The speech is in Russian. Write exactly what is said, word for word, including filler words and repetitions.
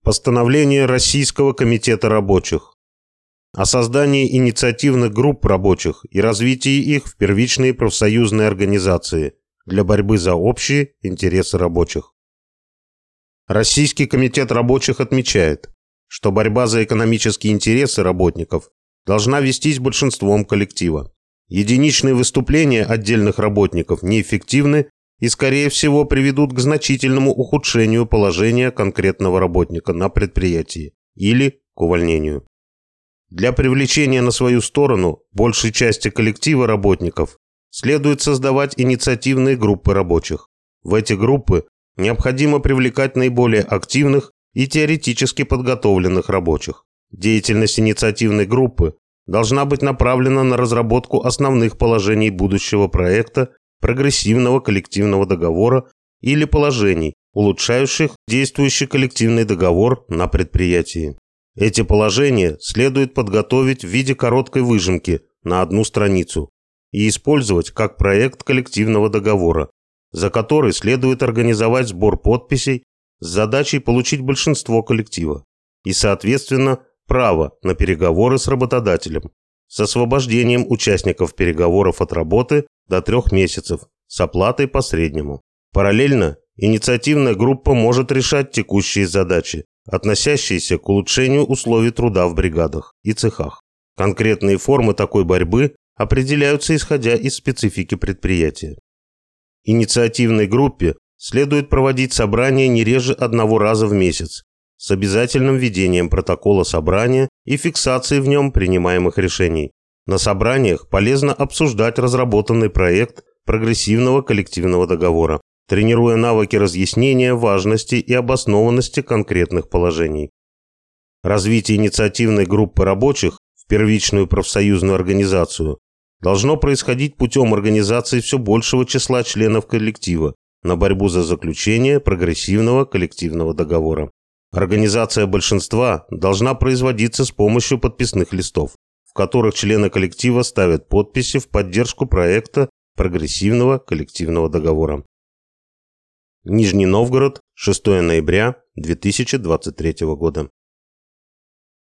Постановление Российского комитета рабочих о создании инициативных групп рабочих и развитии их в первичные профсоюзные организации для борьбы за общие интересы рабочих. Российский комитет рабочих отмечает, что борьба за экономические интересы работников должна вестись большинством коллектива. Единичные выступления отдельных работников неэффективны и, скорее всего, приведут к значительному ухудшению положения конкретного работника на предприятии или к увольнению. Для привлечения на свою сторону большей части коллектива работников следует создавать инициативные группы рабочих. В эти группы необходимо привлекать наиболее активных и теоретически подготовленных рабочих. Деятельность инициативной группы должна быть направлена на разработку основных положений будущего проекта прогрессивного коллективного договора или положений, улучшающих действующий коллективный договор на предприятии. Эти положения следует подготовить в виде короткой выжимки на одну страницу и использовать как проект коллективного договора, за который следует организовать сбор подписей с задачей получить большинство коллектива и, соответственно, право на переговоры с работодателем с освобождением участников переговоров от работы до трех месяцев с оплатой по среднему. Параллельно инициативная группа может решать текущие задачи, относящиеся к улучшению условий труда в бригадах и цехах. Конкретные формы такой борьбы определяются исходя из специфики предприятия. Инициативной группе следует проводить собрания не реже одного раза в месяц с обязательным ведением протокола собрания и фиксацией в нем принимаемых решений. На собраниях полезно обсуждать разработанный проект прогрессивного коллективного договора, тренируя навыки разъяснения важности и обоснованности конкретных положений. Развитие инициативной группы рабочих в первичную профсоюзную организацию должно происходить путем организации все большего числа членов коллектива на борьбу за заключение прогрессивного коллективного договора. Организация большинства должна производиться с помощью подписных листов, в которых члены коллектива ставят подписи в поддержку проекта прогрессивного коллективного договора. Нижний Новгород, шестое ноября две тысячи двадцать третьего года.